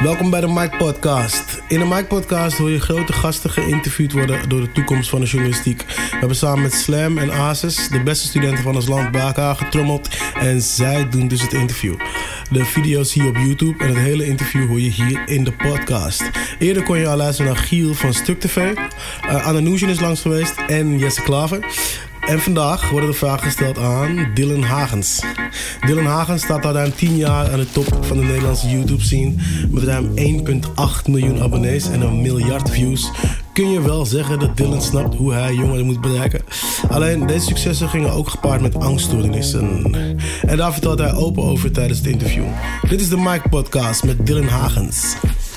Welkom bij de Mike Podcast. In de Mike Podcast hoor je grote gasten geïnterviewd worden door de toekomst van de journalistiek. We hebben samen met Slam en Asus de beste studenten van ons land bij elkaar getrommeld en zij doen dus het interview. De video's zie je op YouTube en het hele interview hoor je hier in de podcast. Eerder kon je al luisteren naar Giel van Stuk TV. Anna Nugent is langs geweest en Jesse Klaver. En vandaag worden de vragen gesteld aan Dylan Hagens. Dylan Hagens staat al ruim 10 jaar aan de top van de Nederlandse YouTube-scene. Met ruim 1,8 miljoen abonnees en 1 miljard views. Kun je wel zeggen dat Dylan snapt hoe hij jongeren moet bereiken. Alleen deze successen gingen ook gepaard met angststoornissen. En daar vertelt hij open over tijdens het interview. Dit is de Mike Podcast met Dylan Hagens.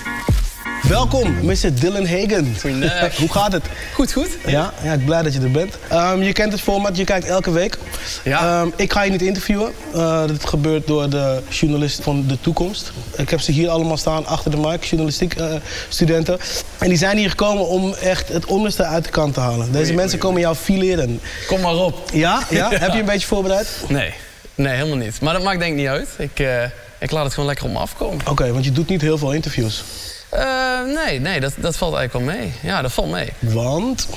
Welkom, Mr. Dylan Hagen. Goedendag. Hoe gaat het? Goed. Ja, ik ben blij dat je er bent. Je kent het format, je kijkt elke week. Ja. Ik ga je niet interviewen. Dit gebeurt door de journalist van de toekomst. Ik heb ze hier allemaal staan achter de mic, journalistiek studenten. En die zijn hier gekomen om echt het onderste uit de kant te halen. Deze mensen komen jou fileren. Kom maar op. Ja? Heb je een beetje voorbereid? Nee, helemaal niet. Maar dat maakt denk ik niet uit. Ik laat het gewoon lekker op me afkomen. Oké, want je doet niet heel veel interviews. Nee, dat valt eigenlijk wel mee. Ja, dat valt mee. Want?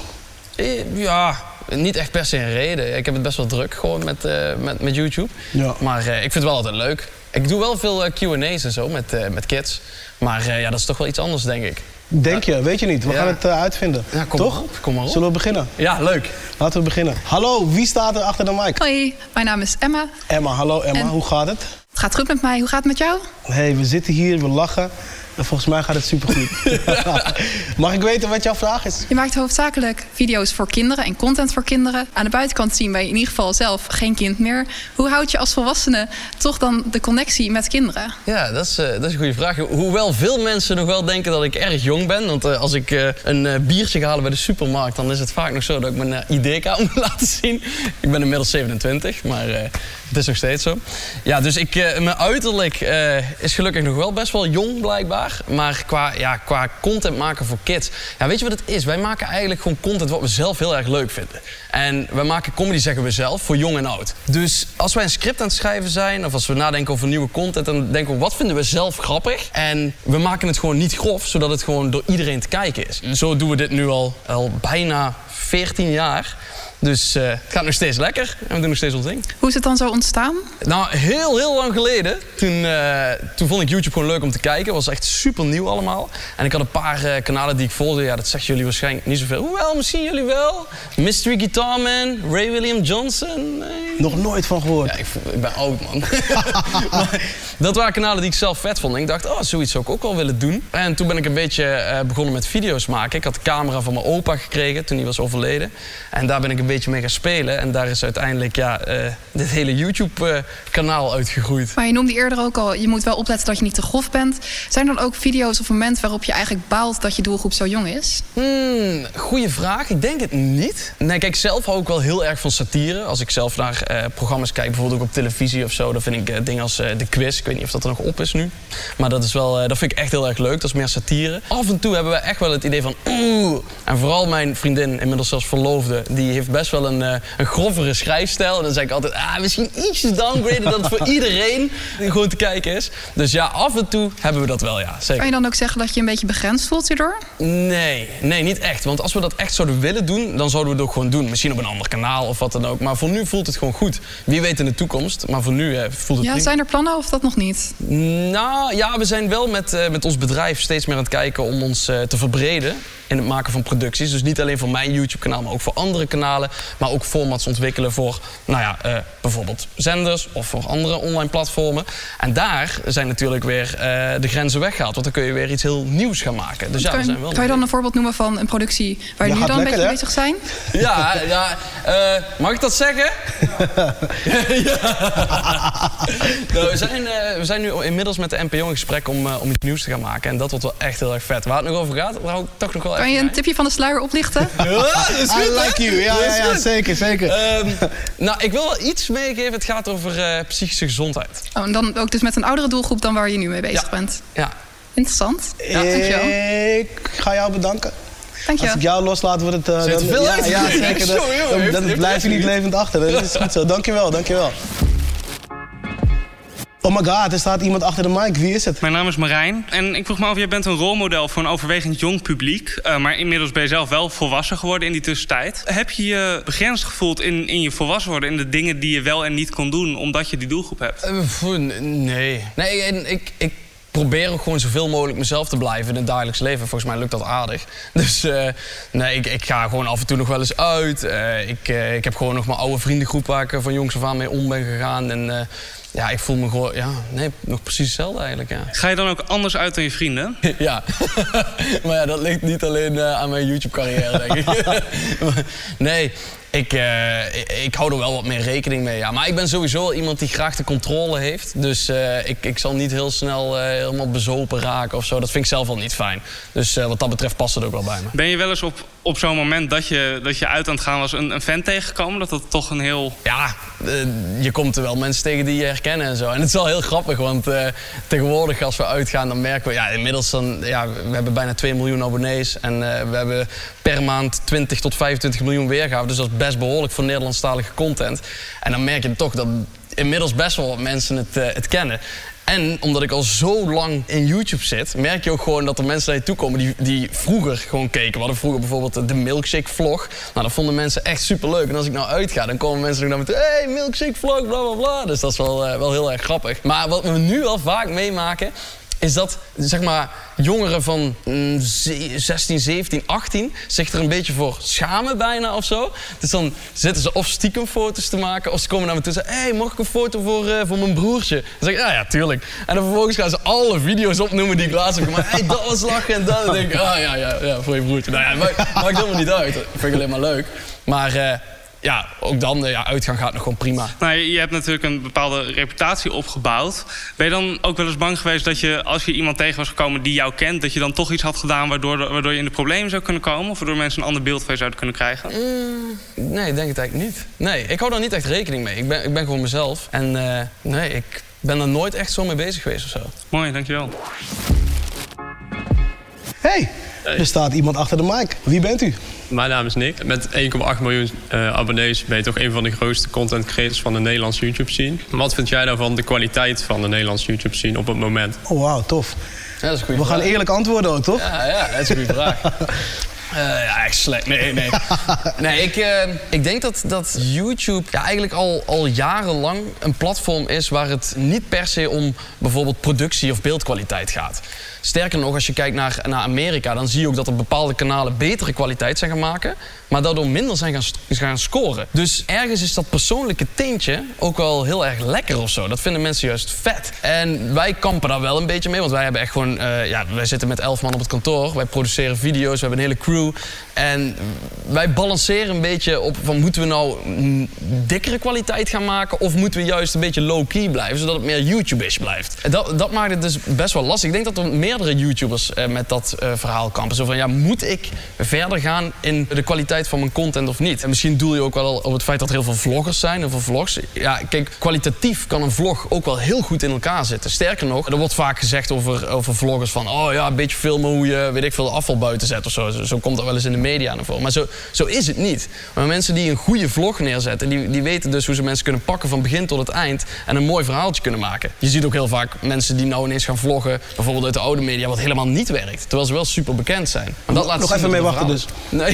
Ja, niet echt per se een reden. Ik heb het best wel druk gewoon met YouTube. Ja. Maar ik vind het wel altijd leuk. Ik doe wel veel Q&A's en zo met kids. Maar ja, dat is toch wel iets anders, denk ik. Denk je? Weet je niet. We gaan het uitvinden. Ja, toch? Kom maar op. Zullen we beginnen? Ja, leuk. Laten we beginnen. Hallo, wie staat er achter de mic? Hoi, mijn naam is Emma. Hallo Emma. Hoe gaat het? Het gaat goed met mij. Hoe gaat het met jou? Hey, we zitten hier, we lachen. En volgens mij gaat het supergoed. Mag ik weten wat jouw vraag is? Je maakt hoofdzakelijk video's voor kinderen en content voor kinderen. Aan de buitenkant zien wij in ieder geval zelf geen kind meer. Hoe houd je als volwassene toch dan de connectie met kinderen? Ja, dat is een goede vraag. Hoewel veel mensen nog wel denken dat ik erg jong ben. Want als ik een biertje ga halen bij de supermarkt, dan is het vaak nog zo dat ik mijn ID-kaart moet laten zien. Ik ben inmiddels 27, maar het is nog steeds zo. Ja, dus mijn uiterlijk is gelukkig nog wel best wel jong blijkbaar. Maar qua content maken voor kids... Ja, weet je wat het is? Wij maken eigenlijk gewoon content wat we zelf heel erg leuk vinden. En wij maken comedy, zeggen we zelf, voor jong en oud. Dus als wij een script aan het schrijven zijn... of als we nadenken over nieuwe content... dan denken we, wat vinden we zelf grappig? En we maken het gewoon niet grof... zodat het gewoon door iedereen te kijken is. Zo doen we dit nu al bijna 14 jaar... Dus het gaat nog steeds lekker en we doen nog steeds ons ding. Hoe is het dan zo ontstaan? Nou, heel lang geleden. Toen vond ik YouTube gewoon leuk om te kijken. Het was echt super nieuw allemaal. En ik had een paar kanalen die ik volgde. Ja, dat zeggen jullie waarschijnlijk niet zoveel. Hoewel, misschien jullie wel. Mystery Guitar Man, Ray William Johnson. Nee. Nog nooit van gehoord. Ja, ik ben oud, man. Maar dat waren kanalen die ik zelf vet vond. En ik dacht, zoiets zou ik ook wel willen doen. En toen ben ik een beetje begonnen met video's maken. Ik had de camera van mijn opa gekregen toen hij was overleden. En daar ben ik een beetje mee gaan spelen. En daar is uiteindelijk dit hele YouTube-kanaal uitgegroeid. Maar je noemde eerder ook al, je moet wel opletten dat je niet te grof bent. Zijn er dan ook video's of momenten waarop je eigenlijk baalt dat je doelgroep zo jong is? Goeie vraag. Ik denk het niet. Nee, kijk, zelf hou ik wel heel erg van satire. Als ik zelf naar programma's kijk, bijvoorbeeld ook op televisie of zo, dan vind ik dingen als De Quiz. Ik weet niet of dat er nog op is nu. Maar dat vind ik echt heel erg leuk. Dat is meer satire. Af en toe hebben we echt wel het idee van En vooral mijn vriendin, inmiddels zelfs verloofde, die heeft best wel een grovere schrijfstijl. En dan zeg ik altijd, misschien ietsjes downgraden dat het voor iedereen gewoon te kijken is. Dus ja, af en toe hebben we dat wel, ja. Zeker. Kan je dan ook zeggen dat je een beetje begrensd voelt hierdoor? Nee, niet echt. Want als we dat echt zouden willen doen, dan zouden we het ook gewoon doen. Misschien op een ander kanaal of wat dan ook. Maar voor nu voelt het gewoon goed. Wie weet in de toekomst, maar voor nu voelt het prima. Zijn er plannen of dat nog niet? Nou, ja, we zijn wel met ons bedrijf steeds meer aan het kijken om ons te verbreden in het maken van producties. Dus niet alleen voor mijn YouTube-kanaal, maar ook voor andere kanalen. Maar ook formats ontwikkelen voor, bijvoorbeeld zenders of voor andere online platformen. En daar zijn natuurlijk weer de grenzen weggehaald. Want dan kun je weer iets heel nieuws gaan maken. Dus kan je dan een voorbeeld noemen van een productie waar jullie dan een beetje bezig zijn? Ja, mag ik dat zeggen? Nou, we zijn nu inmiddels met de NPO in gesprek om iets nieuws te gaan maken. En dat wordt wel echt heel erg vet. Waar het nog over gaat, daar hou ik toch nog wel Kan je een tipje van de sluier oplichten? Ja, dat is goed, I like you. Ja, zeker. Ik wil wel iets meegeven. Het gaat over psychische gezondheid. En dan ook dus met een oudere doelgroep dan waar je nu mee bezig bent? Ja. Interessant. Ja, dankjewel. Ik ga jou bedanken. Dankjewel. Als ik jou loslaat, wordt het... Ja, zeker. Dan blijf je niet levend achter. Dat is goed zo. Dankjewel. Oh my god, er staat iemand achter de mic. Wie is het? Mijn naam is Marijn en ik vroeg me af, jij bent een rolmodel voor een overwegend jong publiek. Maar inmiddels ben je zelf wel volwassen geworden in die tussentijd. Heb je je begrensd gevoeld in je volwassen worden, in de dingen die je wel en niet kon doen, omdat je die doelgroep hebt? Nee, ik probeer ook gewoon zoveel mogelijk mezelf te blijven in het dagelijks leven. Volgens mij lukt dat aardig. Dus ik ga gewoon af en toe nog wel eens uit. Ik heb gewoon nog mijn oude vriendengroep waar ik van jongs af aan mee om ben gegaan. En ik voel me gewoon, nog precies hetzelfde eigenlijk, ja. Ga je dan ook anders uit dan je vrienden? Ja, maar ja, dat ligt niet alleen aan mijn YouTube-carrière, denk ik. Nee. Ik hou er wel wat meer rekening mee, ja. Maar ik ben sowieso iemand die graag de controle heeft. Dus ik zal niet heel snel helemaal bezopen raken of zo. Dat vind ik zelf al niet fijn. Dus wat dat betreft past het ook wel bij me. Ben je wel eens op zo'n moment dat je uit aan het gaan was een fan tegengekomen? Dat toch een heel... Ja, je komt er wel mensen tegen die je herkennen en zo. En het is wel heel grappig, want tegenwoordig als we uitgaan, dan merken we... Ja, inmiddels we hebben bijna 2 miljoen abonnees. En we hebben per maand 20 tot 25 miljoen weergaven. Dus dat is best behoorlijk voor Nederlandstalige content. En dan merk je toch dat inmiddels best wel wat mensen het kennen. En omdat ik al zo lang in YouTube zit, merk je ook gewoon dat er mensen naar je toe komen die vroeger gewoon keken. We hadden vroeger bijvoorbeeld de Milkshake vlog. Nou, dat vonden mensen echt superleuk. En als ik nou uitga, dan komen mensen ook naar me toe. Hey, Milkshake vlog, bla bla bla. Dus dat is wel heel erg grappig. Maar wat we nu al vaak meemaken, is dat, zeg maar, jongeren van 16, 17, 18 zich er een beetje voor schamen bijna of zo. Dus dan zitten ze of stiekem foto's te maken, of ze komen naar me toe en zeggen: hey, mag ik een foto voor mijn broertje? Dan zeg ik: ja, tuurlijk. En dan vervolgens gaan ze alle video's opnoemen die ik laatst heb gemaakt. Hey, dat was lachen en dat. En dan denk ik: ja, voor je broertje. Nou ja, maakt helemaal niet uit. Dat vind ik alleen maar leuk. Maar ook dan, uitgaan gaat nog gewoon prima. Nou, je hebt natuurlijk een bepaalde reputatie opgebouwd. Ben je dan ook wel eens bang geweest dat je, als je iemand tegen was gekomen die jou kent, dat je dan toch iets had gedaan waardoor je in de problemen zou kunnen komen? Of waardoor mensen een ander beeld van je zouden kunnen krijgen? Nee, ik denk het eigenlijk niet. Nee, ik hou daar niet echt rekening mee. Ik ben gewoon mezelf. En ik ben er nooit echt zo mee bezig geweest of zo. Mooi, dankjewel. Hey, er staat iemand achter de mic. Wie bent u? Mijn naam is Nick. Met 1,8 miljoen abonnees ben je toch een van de grootste content creators van de Nederlandse YouTube-scene. Wat vind jij nou van de kwaliteit van de Nederlandse YouTube-scene op het moment? Oh, wauw, tof. Ja, dat is een goede vraag. Gaan eerlijk antwoorden ook, toch? Ja, dat is een goede vraag. Echt slecht. Nee. Nee, ik denk dat YouTube eigenlijk al jarenlang een platform is waar het niet per se om bijvoorbeeld productie of beeldkwaliteit gaat. Sterker nog, als je kijkt naar Amerika, dan zie je ook dat er bepaalde kanalen betere kwaliteit zijn gaan maken, maar daardoor minder zijn gaan scoren. Dus ergens is dat persoonlijke tintje ook wel heel erg lekker of zo. Dat vinden mensen juist vet. En wij kampen daar wel een beetje mee, want wij hebben echt gewoon... wij zitten met 11 man op het kantoor. Wij produceren video's, we hebben een hele crew. En wij balanceren een beetje op van, moeten we nou dikkere kwaliteit gaan maken, of moeten we juist een beetje low-key blijven, zodat het meer YouTube-ish blijft. En dat maakt het dus best wel lastig. Ik denk dat er meerdere YouTubers met dat verhaal kampen. Zo van, moet ik verder gaan in de kwaliteit van mijn content of niet? En misschien doel je ook wel op het feit dat er heel veel vloggers zijn, heel veel vlogs. Ja, kijk, kwalitatief kan een vlog ook wel heel goed in elkaar zitten. Sterker nog, er wordt vaak gezegd over vloggers van, een beetje filmen hoe je, weet ik veel, afval buiten zet of zo. Zo komt dat wel eens in de media naar voren. Maar zo is het niet. Maar mensen die een goede vlog neerzetten, die weten dus hoe ze mensen kunnen pakken van begin tot het eind en een mooi verhaaltje kunnen maken. Je ziet ook heel vaak mensen die nou ineens gaan vloggen, bijvoorbeeld uit de oude media, wat helemaal niet werkt. Terwijl ze wel super bekend zijn. Maar dat laat nog even mee wachten dus. Nee.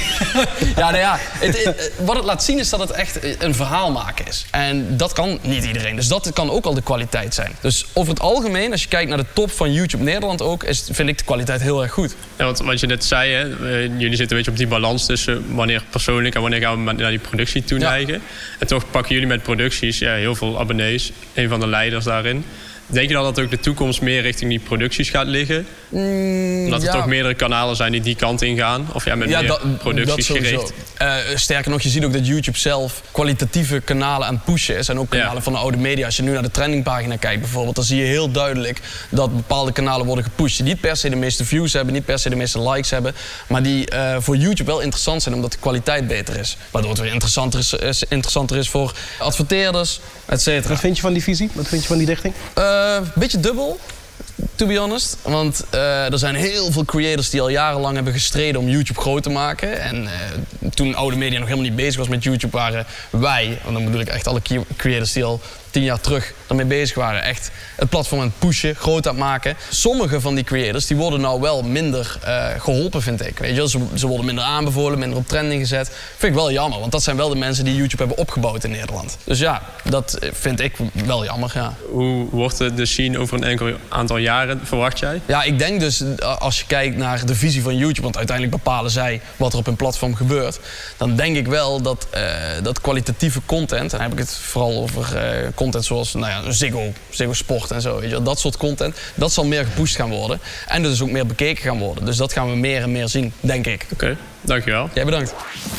Wat het laat zien is dat het echt een verhaal maken is. En dat kan niet iedereen. Dus dat kan ook al de kwaliteit zijn. Dus over het algemeen, als je kijkt naar de top van YouTube Nederland ook, vind ik de kwaliteit heel erg goed. Ja, wat je net zei, hè, jullie zitten een beetje op die balans tussen wanneer persoonlijk en wanneer gaan we naar die productie toe neigen. Ja. En toch pakken jullie met producties heel veel abonnees. Een van de leiders daarin. Denk je dan dat ook de toekomst meer richting die producties gaat liggen? Omdat er toch meerdere kanalen zijn die kant in gaan? Of met meer producties gericht? Sterker nog, je ziet ook dat YouTube zelf kwalitatieve kanalen aan het pushen is. En ook kanalen van de oude media. Als je nu naar de trendingpagina kijkt bijvoorbeeld, dan zie je heel duidelijk dat bepaalde kanalen worden gepusht. Die niet per se de meeste views hebben, niet per se de meeste likes hebben. Maar die voor YouTube wel interessant zijn, omdat de kwaliteit beter is. Waardoor het weer interessanter is voor adverteerders, et cetera. Wat vind je van die visie? Wat vind je van die richting? Beetje dubbel, to be honest. Want er zijn heel veel creators die al jarenlang hebben gestreden om YouTube groot te maken. En toen oude media nog helemaal niet bezig was met YouTube, waren wij, en dan bedoel ik echt alle creators die al 10 jaar terug ermee bezig waren. Echt het platform aan het pushen, groot aan het maken. Sommige van die creators die worden nou wel minder geholpen, vind ik. Weet je? Ze worden minder aanbevolen, minder op trending gezet. Vind ik wel jammer, want dat zijn wel de mensen die YouTube hebben opgebouwd in Nederland. Dus ja, dat vind ik wel jammer, ja. Hoe wordt de scene over een enkel aantal jaren, verwacht jij? Ja, ik denk dus, als je kijkt naar de visie van YouTube, want uiteindelijk bepalen zij wat er op hun platform gebeurt, dan denk ik wel dat kwalitatieve content, en dan heb ik het vooral over content zoals Ziggo Sport en zo, weet je, dat soort content, dat zal meer gepusht gaan worden en dus ook meer bekeken gaan worden. Dus dat gaan we meer en meer zien, denk ik. Oké, dankjewel. Jij bedankt.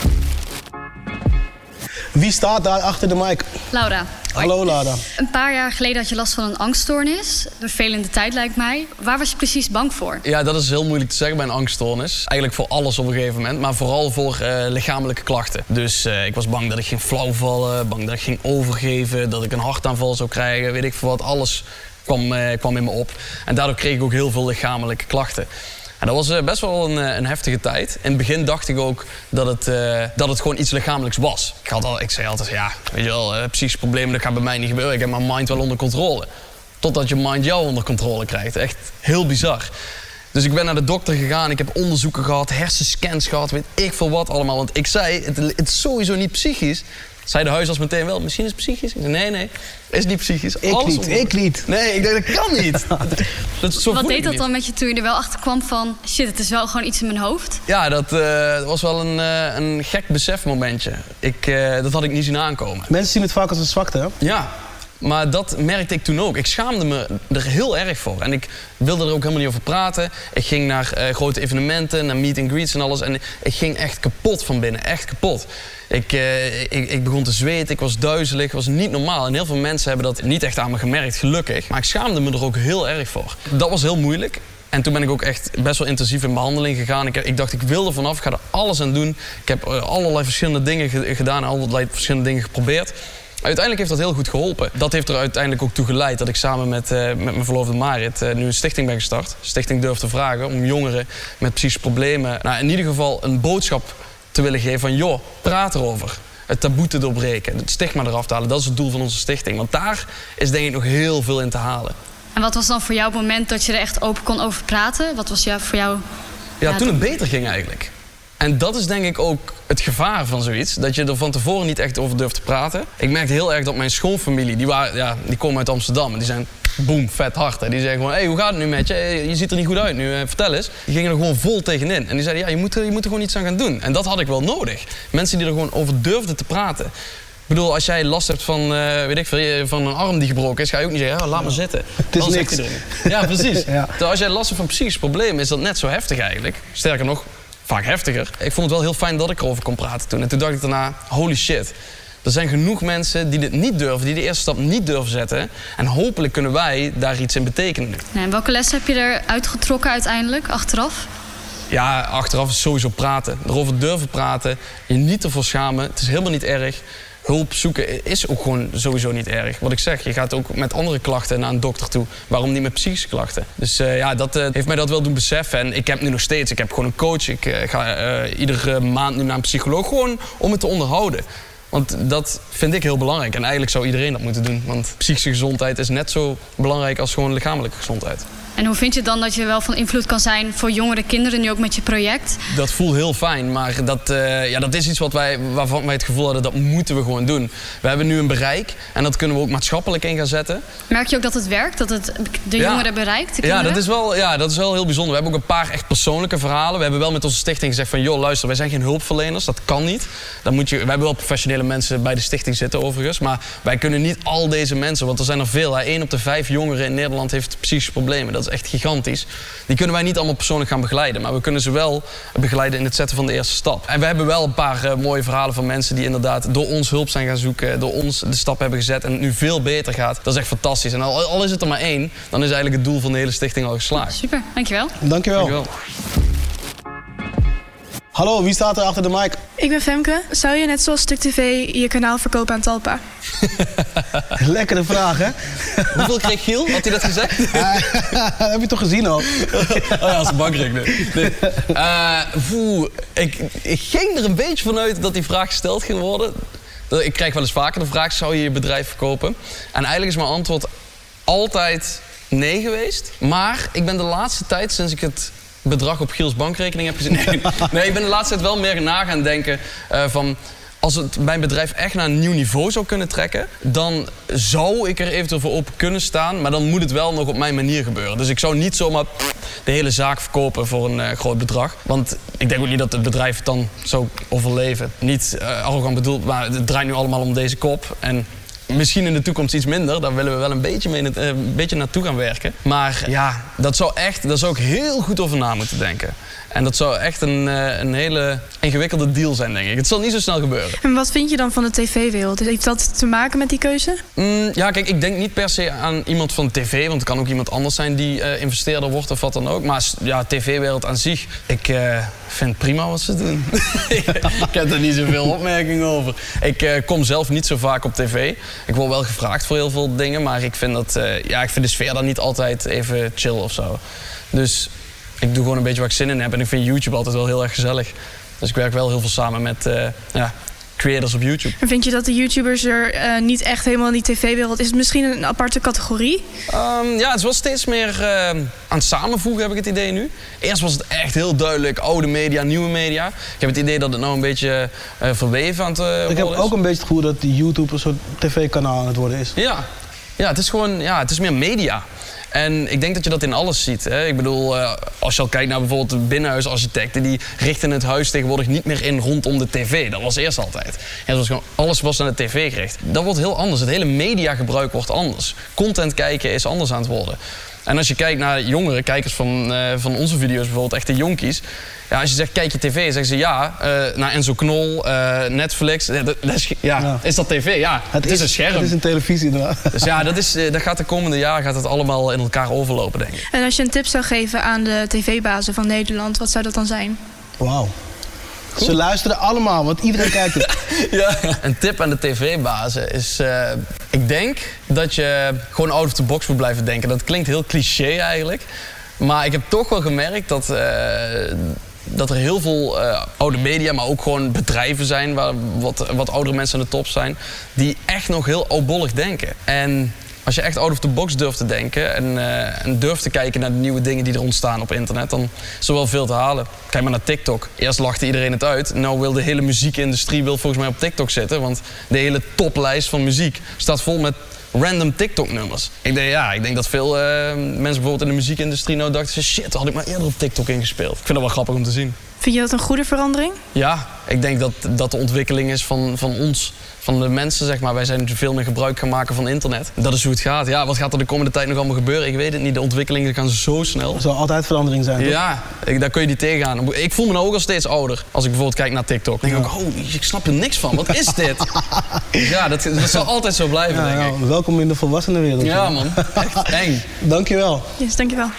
Wie staat daar achter de mic? Laura. Hallo Laura. Een paar jaar geleden had je last van een angststoornis. Een vervelende tijd lijkt mij. Waar was je precies bang voor? Ja, dat is heel moeilijk te zeggen bij een angststoornis. Eigenlijk voor alles op een gegeven moment, maar vooral voor lichamelijke klachten. Dus ik was bang dat ik ging flauw vallen, bang dat ik ging overgeven, dat ik een hartaanval zou krijgen, weet ik veel wat. Alles kwam in me op. En daardoor kreeg ik ook heel veel lichamelijke klachten. En dat was best wel een heftige tijd. In het begin dacht ik ook dat het gewoon iets lichamelijks was. Ik zei altijd, ja, weet je wel, psychische problemen, dat gaat bij mij niet gebeuren. Ik heb mijn mind wel onder controle. Totdat je mind jou onder controle krijgt. Echt heel bizar. Dus ik ben naar de dokter gegaan, ik heb onderzoeken gehad, hersenscans gehad, weet ik veel wat allemaal. Want ik zei, het is sowieso niet psychisch. Zei de huisarts meteen wel, misschien is het psychisch. Ik zei, nee, is niet psychisch. Ik niet. Nee, ik dacht, dat kan niet. Wat deed dat dan met je toen je er wel achter kwam van, shit, het is wel gewoon iets in mijn hoofd? Ja, dat was wel een gek besefmomentje. Dat had ik niet zien aankomen. Mensen zien het vaak als een zwakte, hè? Ja. Maar dat merkte ik toen ook. Ik schaamde me er heel erg voor. En ik wilde er ook helemaal niet over praten. Ik ging naar grote evenementen, naar meet and greets en alles. En ik ging echt kapot van binnen. Echt kapot. Ik begon te zweten, ik was duizelig, het was niet normaal. En heel veel mensen hebben dat niet echt aan me gemerkt, gelukkig. Maar ik schaamde me er ook heel erg voor. Dat was heel moeilijk. En toen ben ik ook echt best wel intensief in behandeling gegaan. Ik dacht, ik wil er vanaf, ik ga er alles aan doen. Ik heb allerlei verschillende dingen gedaan, allerlei verschillende dingen geprobeerd. Uiteindelijk heeft dat heel goed geholpen. Dat heeft er uiteindelijk ook toe geleid dat ik samen met mijn verloofde Marit nu een stichting ben gestart. Stichting Durf te Vragen, om jongeren met psychische problemen in ieder geval een boodschap te willen geven van joh, praat erover. Het taboe te doorbreken, het stigma eraf te halen. Dat is het doel van onze stichting. Want daar is denk ik nog heel veel in te halen. En wat was dan voor jou het moment dat je er echt open kon over praten? Wat was voor jou... Ja, toen het beter ging eigenlijk. En dat is denk ik ook het gevaar van zoiets. Dat je er van tevoren niet echt over durft te praten. Ik merkte heel erg dat mijn schoonfamilie, die komen uit Amsterdam. En die zijn boem, vet hard. Hè. Die zeggen gewoon, hey, hoe gaat het nu met je? Je ziet er niet goed uit nu, vertel eens. Die gingen er gewoon vol tegenin. En die zeiden, ja, je moet er gewoon iets aan gaan doen. En dat had ik wel nodig. Mensen die er gewoon over durfden te praten. Ik bedoel, als jij last hebt van, van een arm die gebroken is, ga je ook niet zeggen, laat maar zitten. Het is niks. Ja, precies. Ja. Terwijl als jij last hebt van psychische problemen, is dat net zo heftig eigenlijk. Sterker nog, vaak heftiger. Ik vond het wel heel fijn dat ik erover kon praten toen. En toen dacht ik daarna, holy shit. Er zijn genoeg mensen die dit niet durven, die de eerste stap niet durven zetten. En hopelijk kunnen wij daar iets in betekenen. Ja, en welke les heb je eruit getrokken uiteindelijk, achteraf? Ja, achteraf is sowieso praten. Erover durven praten. Je niet ervoor schamen. Het is helemaal niet erg. Hulp zoeken is ook gewoon sowieso niet erg. Wat ik zeg, je gaat ook met andere klachten naar een dokter toe. Waarom niet met psychische klachten? Dus dat heeft mij dat wel doen beseffen. En ik heb nu nog steeds, ik heb gewoon een coach. Ik ga iedere maand nu naar een psycholoog gewoon om het te onderhouden. Want dat vind ik heel belangrijk. En eigenlijk zou iedereen dat moeten doen. Want psychische gezondheid is net zo belangrijk als gewoon lichamelijke gezondheid. En hoe vind je dan dat je wel van invloed kan zijn voor jongere kinderen, nu ook met je project? Dat voelt heel fijn, maar dat is iets waarvan wij het gevoel hadden, dat moeten we gewoon doen. We hebben nu een bereik en dat kunnen we ook maatschappelijk in gaan zetten. Merk je ook dat het werkt, dat het de jongeren bereikt, de kinderen? Dat is wel heel bijzonder. We hebben ook een paar echt persoonlijke verhalen. We hebben wel met onze stichting gezegd van, joh, luister, wij zijn geen hulpverleners, dat kan niet. We hebben wel professionele mensen bij de stichting zitten overigens, maar wij kunnen niet al deze mensen, want er zijn er veel. 1 op de 5 jongeren in Nederland heeft psychische problemen. Dat is echt gigantisch. Die kunnen wij niet allemaal persoonlijk gaan begeleiden. Maar we kunnen ze wel begeleiden in het zetten van de eerste stap. En we hebben wel een paar mooie verhalen van mensen die inderdaad door ons hulp zijn gaan zoeken. Door ons de stap hebben gezet en het nu veel beter gaat. Dat is echt fantastisch. En al is het er maar 1, dan is eigenlijk het doel van de hele stichting al geslaagd. Super, dankjewel. Dankjewel. Hallo, wie staat er achter de mic? Ik ben Femke. Zou je net zoals Stuk TV je kanaal verkopen aan Talpa? Lekkere vraag, hè? Hoeveel kreeg Giel? Had hij dat gezegd? Heb je toch gezien al? Als een bankrekening. Ik ging er een beetje vanuit dat die vraag gesteld ging worden. Ik krijg wel eens vaker de vraag, zou je je bedrijf verkopen? En eigenlijk is mijn antwoord altijd nee geweest. Maar ik ben de laatste tijd, sinds ik het bedrag op Giels bankrekening heb gezien... Nee, ik ben de laatste tijd wel meer na gaan denken van... Als het mijn bedrijf echt naar een nieuw niveau zou kunnen trekken... dan zou ik er eventueel voor open kunnen staan... maar dan moet het wel nog op mijn manier gebeuren. Dus ik zou niet zomaar de hele zaak verkopen voor een groot bedrag. Want ik denk ook niet dat het bedrijf het dan zou overleven. Niet arrogant bedoeld, maar het draait nu allemaal om deze kop. En misschien in de toekomst iets minder. Daar willen we wel een beetje naartoe gaan werken. Maar ja, daar zou ik heel goed over na moeten denken. En dat zou echt een hele ingewikkelde deal zijn, denk ik. Het zal niet zo snel gebeuren. En wat vind je dan van de tv-wereld? Heeft dat te maken met die keuze? Ja, kijk, ik denk niet per se aan iemand van tv... want het kan ook iemand anders zijn die investeerder wordt of wat dan ook. Maar ja, tv-wereld aan zich, ik vind prima wat ze doen. Ik heb er niet zoveel opmerkingen over. Ik kom zelf niet zo vaak op tv. Ik word wel gevraagd voor heel veel dingen... maar ik vind ik vind de sfeer dan niet altijd even chill of zo. Dus... ik doe gewoon een beetje waar ik zin in heb. En ik vind YouTube altijd wel heel erg gezellig. Dus ik werk wel heel veel samen met creators op YouTube. En vind je dat de YouTubers er niet echt helemaal in die tv-wereld... is het misschien een aparte categorie? Ja, het is wel steeds meer aan het samenvoegen, heb ik het idee nu. Eerst was het echt heel duidelijk oude media, nieuwe media. Ik heb het idee dat het nou een beetje verweven aan het worden is. Ik heb ook een beetje het gevoel dat YouTube een soort tv-kanaal aan het worden is. Ja, het is gewoon, het is meer media. En ik denk dat je dat in alles ziet. Hè? Ik bedoel, als je al kijkt naar bijvoorbeeld de binnenhuisarchitecten... die richten het huis tegenwoordig niet meer in rondom de tv. Dat was eerst altijd. Alles was naar de tv gericht. Dat wordt heel anders. Het hele mediagebruik wordt anders. Content kijken is anders aan het worden. En als je kijkt naar jongere kijkers van onze video's, bijvoorbeeld echte jonkies... ja, als je zegt, kijk je tv, zeggen ze ja. Naar Enzo Knol, Netflix. Is dat tv? Ja, het is een scherm. Het is een televisie inderdaad. Dus ja, dat gaat de komende jaren het allemaal in elkaar overlopen, denk ik. En als je een tip zou geven aan de tv-bazen van Nederland, wat zou dat dan zijn? Wauw. Ze luisteren allemaal, want iedereen kijkt het. Ja. Een tip aan de tv-bazen is... ik denk dat je gewoon out of the box moet blijven denken. Dat klinkt heel cliché eigenlijk. Maar ik heb toch wel gemerkt dat er heel veel oude media, maar ook gewoon bedrijven zijn... waar wat oudere mensen aan de top zijn... die echt nog heel oudbollig denken. En als je echt out of the box durft te denken... en durft te kijken naar de nieuwe dingen die er ontstaan op internet... dan is er wel veel te halen. Kijk maar naar TikTok. Eerst lachte iedereen het uit. Nou wil de hele muziekindustrie volgens mij op TikTok zitten... want de hele toplijst van muziek staat vol met random TikTok-nummers. Ik denk dat veel mensen bijvoorbeeld in de muziekindustrie nou dachten... shit, had ik maar eerder op TikTok ingespeeld. Ik vind dat wel grappig om te zien. Vind je dat een goede verandering? Ja, ik denk dat de ontwikkeling is van ons, van de mensen, zeg maar. Wij zijn veel meer gebruik gaan maken van internet. Dat is hoe het gaat. Ja, wat gaat er de komende tijd nog allemaal gebeuren? Ik weet het niet. De ontwikkelingen gaan zo snel. Er zal altijd verandering zijn, toch? Ja, daar kun je niet tegenaan. Ik voel me nou ook al steeds ouder. Als ik bijvoorbeeld kijk naar TikTok. Dan denk ik ook, ik snap er niks van. Wat is dit? Ja, dat zal altijd zo blijven, denk ik. Welkom in de volwassenenwereld. Ja, man. Echt eng. Dankjewel. Yes, dankjewel.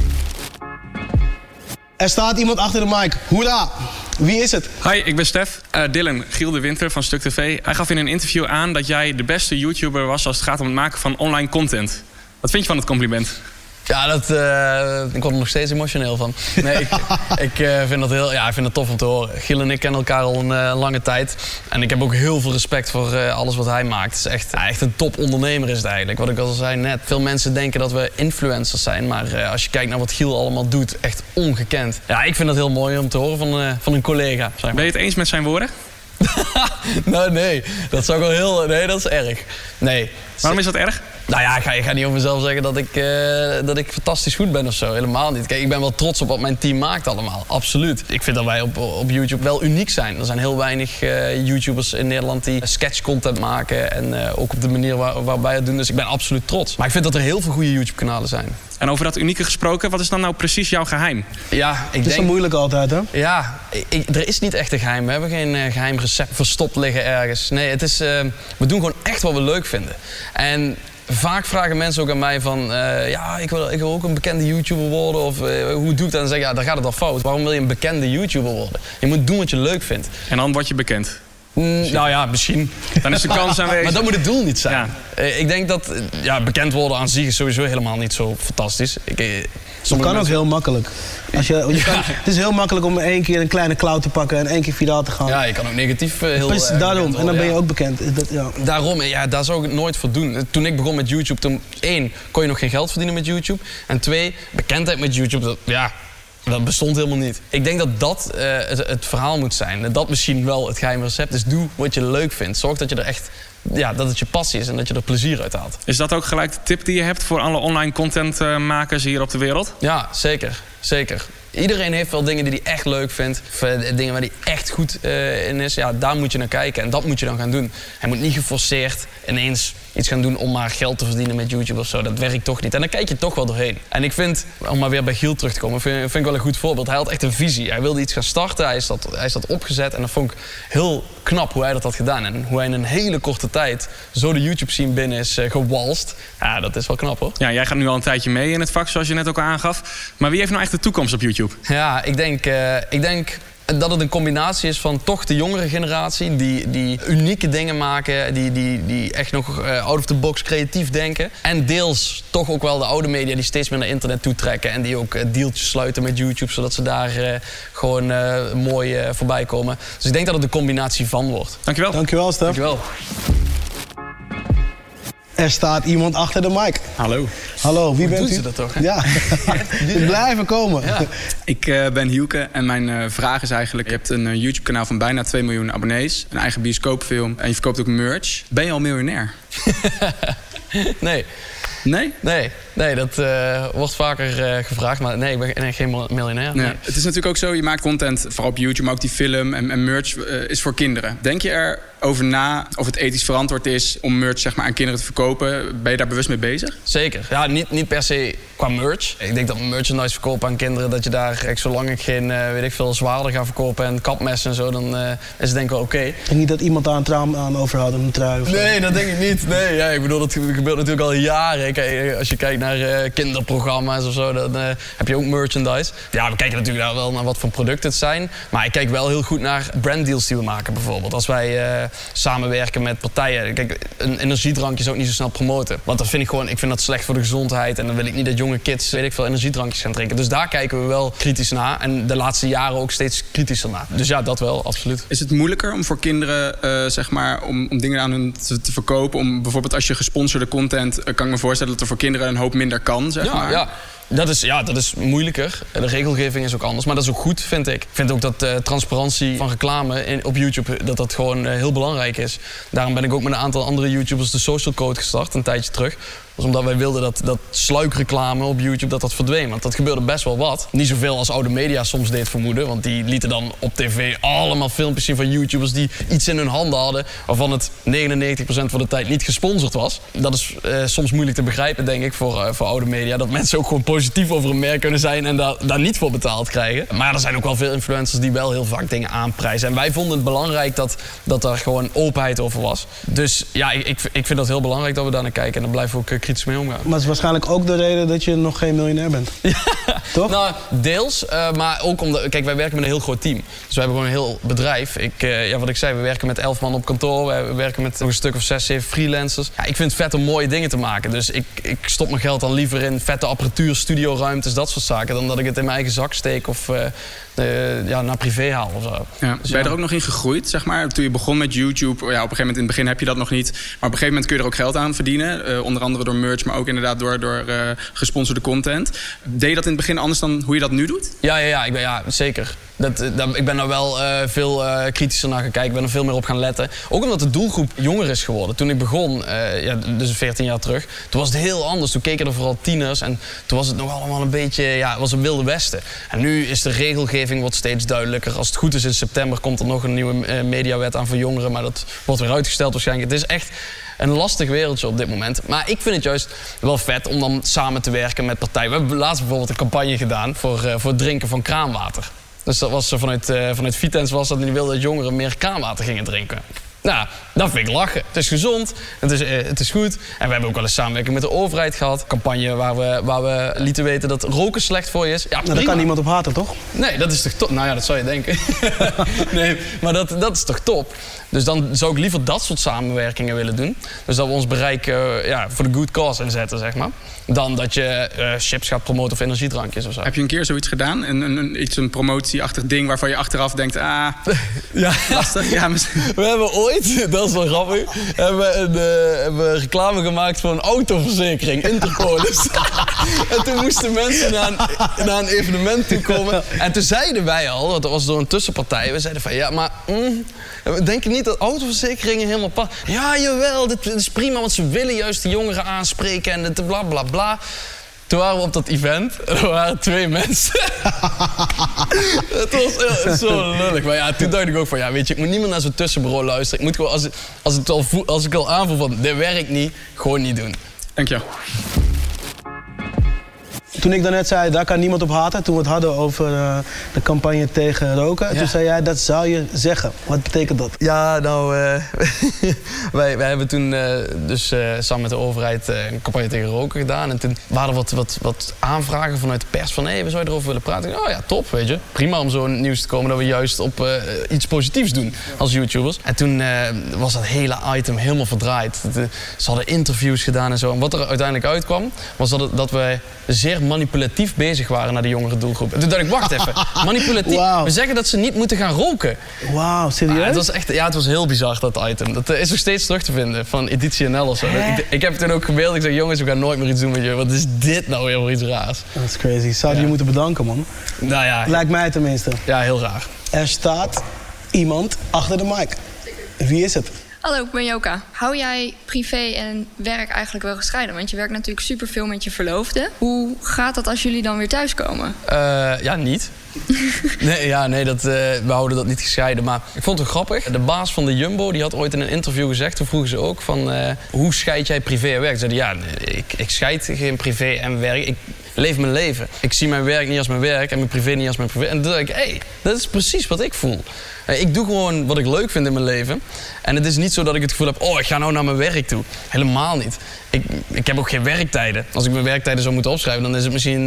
Er staat iemand achter de mic. Hoera! Wie is het? Hi, ik ben Stef. Dylan, Giel de Winter van Stuk TV. Hij gaf in een interview aan dat jij de beste YouTuber was... als het gaat om het maken van online content. Wat vind je van het compliment? Ja, ik word er nog steeds emotioneel van. Nee, ik vind het tof om te horen. Giel en ik kennen elkaar al een lange tijd. En ik heb ook heel veel respect voor alles wat hij maakt. Het is echt een top ondernemer is het eigenlijk. Wat ik al zei net. Veel mensen denken dat we influencers zijn. Maar als je kijkt naar wat Giel allemaal doet, echt ongekend. Ja, ik vind dat heel mooi om te horen van een collega. Zeg maar. Ben je het eens met zijn woorden? Nou, nee. Dat zou ik wel heel... Nee, dat is erg. Nee. Waarom is dat erg? Nou ja, ik ga niet over mezelf zeggen dat ik fantastisch goed ben of zo. Helemaal niet. Kijk, ik ben wel trots op wat mijn team maakt allemaal. Absoluut. Ik vind dat wij op YouTube wel uniek zijn. Er zijn heel weinig YouTubers in Nederland die sketchcontent maken. En ook op de manier waarop wij het doen. Dus ik ben absoluut trots. Maar ik vind dat er heel veel goede YouTube-kanalen zijn. En over dat unieke gesproken, wat is dan nou precies jouw geheim? Ja, Het is zo moeilijk altijd, hè? Ja, er is niet echt een geheim. We hebben geen geheim recept verstopt liggen ergens. Nee, het is, we doen gewoon echt wat we leuk vinden. En vaak vragen mensen ook aan mij van... ik wil ook een bekende YouTuber worden. Of hoe doe ik dat? En dan zeg ik, dan gaat het al fout. Waarom wil je een bekende YouTuber worden? Je moet doen wat je leuk vindt. En dan word je bekend? Nou ja, misschien. Dan is de kans aanwezig. Maar dat moet het doel niet zijn. Ja. Ik denk dat bekend worden aan zich is sowieso helemaal niet zo fantastisch. Het kan ook heel makkelijk. Het is heel makkelijk om 1 keer een kleine cloud te pakken en 1 keer viraal te gaan. Ja, je kan ook negatief daarom, en dan ben je ook bekend. Daarom, daar zou ik het nooit voor doen. Toen ik begon met YouTube, toen 1, kon je nog geen geld verdienen met YouTube. En 2, bekendheid met YouTube, dat bestond helemaal niet. Ik denk dat het verhaal moet zijn. Dat misschien wel het geheime recept is. Doe wat je leuk vindt. Zorg dat je er echt... dat het je passie is en dat je er plezier uit haalt. Is dat ook gelijk de tip die je hebt voor alle online contentmakers hier op de wereld? Ja, zeker. Iedereen heeft wel dingen die hij echt leuk vindt. Of dingen waar hij echt goed in is. Ja, daar moet je naar kijken en dat moet je dan gaan doen. Hij moet niet geforceerd ineens iets gaan doen om maar geld te verdienen met YouTube of zo. Dat werkt toch niet. En dan kijk je toch wel doorheen. En ik vind, om maar weer bij Giel terug te komen, vind ik wel een goed voorbeeld. Hij had echt een visie. Hij wilde iets gaan starten. Hij is dat opgezet. En dat vond ik heel knap hoe hij dat had gedaan. En hoe hij in een hele korte tijd zo de YouTube-scene binnen is gewalst. Ja, dat is wel knap hoor. Ja, jij gaat nu al een tijdje mee in het vak, zoals je net ook aangaf. Maar wie heeft nou echt de toekomst op YouTube? Ja, ik denk dat het een combinatie is van toch de jongere generatie die unieke dingen maken, die echt nog out of the box creatief denken. En deels toch ook wel de oude media die steeds meer naar internet toetrekken en die ook deeltjes sluiten met YouTube, zodat ze daar gewoon mooi voorbij komen. Dus ik denk dat het een combinatie van wordt. Dankjewel. Dankjewel, Stef. Dankjewel. Er staat iemand achter de mic. Hallo, wie bent u? Doen ze dat toch? Hè? Ja, we blijven komen. Ja. Ik ben Hielke en mijn vraag is eigenlijk... Je hebt een YouTube-kanaal van bijna 2 miljoen abonnees, een eigen bioscoopfilm en je verkoopt ook merch. Ben je al miljonair? Nee. Nee? Nee, dat wordt vaker gevraagd, maar nee, ik ben geen miljonair. Nee. Ja, het is natuurlijk ook zo, je maakt content, vooral op YouTube, maar ook die film en merch is voor kinderen. Denk je erover na of het ethisch verantwoord is om merch zeg maar, aan kinderen te verkopen? Ben je daar bewust mee bezig? Zeker. Ja, niet per se qua merch. Ik denk dat merchandise verkopen aan kinderen, dat je daar, zolang ik geen, zwaarder ga verkopen en kapmessen en zo, dan is het denk ik wel oké. En niet dat iemand daar een traum aan overhoudt, een trui of zo. Nee, dat denk ik niet. Nee, ja, ik bedoel, dat gebeurt natuurlijk al jaren. Als je kijkt naar kinderprogramma's of zo, dan heb je ook merchandise. Ja, we kijken natuurlijk wel naar wat voor producten het zijn. Maar ik kijk wel heel goed naar branddeals die we maken bijvoorbeeld. Als wij samenwerken met partijen. Kijk, een energiedrankje zou ik niet zo snel promoten. Want dat vind ik vind dat slecht voor de gezondheid. En dan wil ik niet dat jonge kids, veel energiedrankjes gaan drinken. Dus daar kijken we wel kritisch naar. En de laatste jaren ook steeds kritischer naar. Dus ja, dat wel, absoluut. Is het moeilijker om voor kinderen, zeg maar, om dingen aan hun te verkopen? Om bijvoorbeeld als je gesponsorde content, kan ik me voorstellen dat er voor kinderen een hoop minder kan, zeg maar. Ja. Dat is moeilijker. De regelgeving is ook anders. Maar dat is ook goed, vind ik. Ik vind ook dat transparantie van reclame op YouTube, dat gewoon heel belangrijk is. Daarom ben ik ook met een aantal andere YouTubers de Social Code gestart, een tijdje terug. Dat was omdat wij wilden dat sluikreclame op YouTube dat verdween. Want dat gebeurde best wel wat. Niet zoveel als oude media soms deed vermoeden. Want die lieten dan op tv allemaal filmpjes zien van YouTubers die iets in hun handen hadden, waarvan het 99% van de tijd niet gesponsord was. Dat is soms moeilijk te begrijpen, denk ik, voor oude media. Dat mensen ook gewoon positief over een merk kunnen zijn en daar niet voor betaald krijgen. Maar er zijn ook wel veel influencers die wel heel vaak dingen aanprijzen. En wij vonden het belangrijk dat er gewoon openheid over was. Dus ja, ik vind dat heel belangrijk dat we daar naar kijken. En daar blijven we ook kritisch mee omgaan. Maar het is waarschijnlijk ook de reden dat je nog geen miljonair bent. Ja, toch? Nou, deels. Maar ook omdat... Kijk, wij werken met een heel groot team. Dus we hebben gewoon een heel bedrijf. Wat ik zei, we werken met 11 man op kantoor. We werken met nog een stuk of 6, 7 freelancers. Ja, ik vind het vet om mooie dingen te maken. Dus ik stop mijn geld dan liever in vette apparatuur, studioruimtes, dat soort zaken, dan dat ik het in mijn eigen zak steek of naar privé haal of zo. Ja. Dus ben je er ook nog in gegroeid, zeg maar? Toen je begon met YouTube, op een gegeven moment, in het begin heb je dat nog niet. Maar op een gegeven moment kun je er ook geld aan verdienen. Onder andere door merch, maar ook inderdaad door gesponsorde content. Deed je dat in het begin anders dan hoe je dat nu doet? Ja, zeker. Ik ben daar wel veel kritischer naar gaan kijken. Ik ben er veel meer op gaan letten. Ook omdat de doelgroep jonger is geworden. Toen ik begon, dus 14 jaar terug, toen was het heel anders. Toen keken er vooral tieners en toen was het nog allemaal een beetje, was een wilde westen. En nu is de regelgeving wordt steeds duidelijker. Als het goed is in september komt er nog een nieuwe mediawet aan voor jongeren, maar dat wordt weer uitgesteld waarschijnlijk. Het is echt een lastig wereldje op dit moment. Maar ik vind het juist wel vet om dan samen te werken met partijen. We hebben laatst bijvoorbeeld een campagne gedaan voor het drinken van kraanwater. Dus dat was vanuit Vitens was dat die wilde dat jongeren meer kraanwater gingen drinken. Nou, dat vind ik lachen. Het is gezond, het is goed. En we hebben ook wel eens samenwerking met de overheid gehad. Een campagne waar we lieten weten dat roken slecht voor je is. Ja, daar kan niemand op haten, toch? Nee, dat is toch top? Nou ja, dat zou je denken. Nee, maar dat is toch top? Dus dan zou ik liever dat soort samenwerkingen willen doen. Dus dat we ons bereik voor de good cause inzetten, zeg maar. Dan dat je chips gaat promoten of energiedrankjes of zo. Heb je een keer zoiets gedaan? Een promotieachtig ding waarvan je achteraf denkt... ja, lastig. Ja, we hebben ooit, dat is wel grappig... hebben we reclame gemaakt voor een autoverzekering, Interpolis. En toen moesten mensen naar een evenement toe komen. En toen zeiden wij al, want dat was door een tussenpartij... we zeiden van, ja, maar... denk je niet dat autoverzekeringen helemaal passen? Ja, jawel, dit is prima, want ze willen juist de jongeren aanspreken... en het bla, bla, bla. Toen waren we op dat event en er waren 2 mensen. Het was zo lullig. Maar ja, toen dacht ik ook van, ja, weet je, ik moet niet meer naar zo'n tussenbureau luisteren. Ik moet gewoon, als ik al aanvoel van, dit werkt niet, gewoon niet doen. Dank je. Toen ik daarnet zei, daar kan niemand op haten, toen we het hadden over de campagne tegen roken. Ja. Toen zei jij, dat zou je zeggen. Wat betekent dat? Ja, nou, wij hebben toen samen met de overheid een campagne tegen roken gedaan. En toen waren er wat aanvragen vanuit de pers van, we zouden erover willen praten. Oh ja, top, weet je. Prima om zo in het nieuws te komen dat we juist op iets positiefs doen als YouTubers. En toen was dat hele item helemaal verdraaid. Ze hadden interviews gedaan en zo. En wat er uiteindelijk uitkwam, was dat wij zeer manipulatief bezig waren naar de jongere doelgroep. En toen dacht ik, wacht even, manipulatief. Wow. We zeggen dat ze niet moeten gaan roken. Wauw, serieus? Het was echt, het was heel bizar, dat item. Dat is nog steeds terug te vinden van Editie NL of zo. Ik heb toen ook gebeeld, ik zeg, jongens, we gaan nooit meer iets doen met je. Wat is dit nou weer voor iets raars? Dat is crazy. Zouden je moeten bedanken, man. Nou ja. Lijkt mij tenminste. Ja, heel raar. Er staat iemand achter de mic. Wie is het? Hallo, ik ben Joka. Hou jij privé en werk eigenlijk wel gescheiden? Want je werkt natuurlijk superveel met je verloofde. Hoe gaat dat als jullie dan weer thuiskomen? Ja, niet. We houden dat niet gescheiden. Maar ik vond het wel grappig. De baas van de Jumbo die had ooit in een interview gezegd... toen vroegen ze ook van, hoe scheid jij privé en werk? Ze zeiden, ja, ik scheid geen privé en werk. Ik leef mijn leven. Ik zie mijn werk niet als mijn werk en mijn privé niet als mijn privé. En toen dacht ik, dat is precies wat ik voel. Ik doe gewoon wat ik leuk vind in mijn leven. En het is niet zo dat ik het gevoel heb, ik ga nou naar mijn werk toe. Helemaal niet. Ik heb ook geen werktijden. Als ik mijn werktijden zou moeten opschrijven, dan is het misschien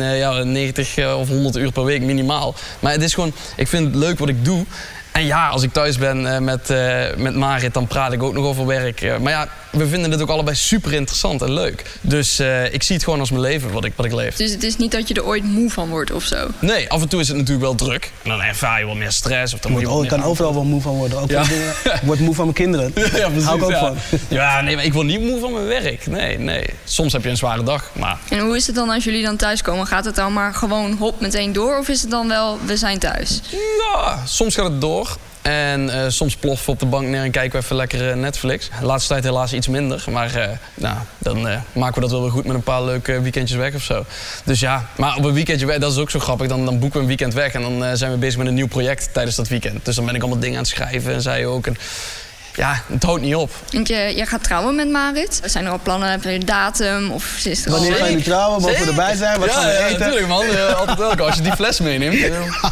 90 of 100 uur per week minimaal. Maar het is gewoon, ik vind het leuk wat ik doe. En ja, als ik thuis ben met Marit, dan praat ik ook nog over werk. Maar ja, we vinden het ook allebei super interessant en leuk. Dus ik zie het gewoon als mijn leven, wat ik leef. Dus het is niet dat je er ooit moe van wordt of zo? Nee, af en toe is het natuurlijk wel druk. En dan ervaar je wel meer stress. Of dan ik kan overal wel moe van worden. Ook dingen. Ik word moe van mijn kinderen. Ja, precies, hou ik ook van. Ja, nee, maar ik word niet moe van mijn werk. Nee. Soms heb je een zware dag, maar... En hoe is het dan als jullie dan thuiskomen? Gaat het dan maar gewoon hop meteen door? Of is het dan wel, we zijn thuis? Ja, soms gaat het door. En soms ploffen we op de bank neer en kijken we even lekker Netflix. De laatste tijd helaas iets minder. Maar dan maken we dat wel weer goed met een paar leuke weekendjes weg of zo. Dus ja, maar op een weekendje weg, dat is ook zo grappig. Dan boeken we een weekend weg en dan zijn we bezig met een nieuw project tijdens dat weekend. Dus dan ben ik allemaal dingen aan het schrijven en zij ook. En ja, het houdt niet op. Want jij gaat trouwen met Marit. Zijn er al plannen? Heb je een datum? Of is er wanneer gaan jullie trouwen? Mogen we erbij zijn? Wat gaan we eten? Ja, natuurlijk man. Altijd welkom. Als je die fles meeneemt.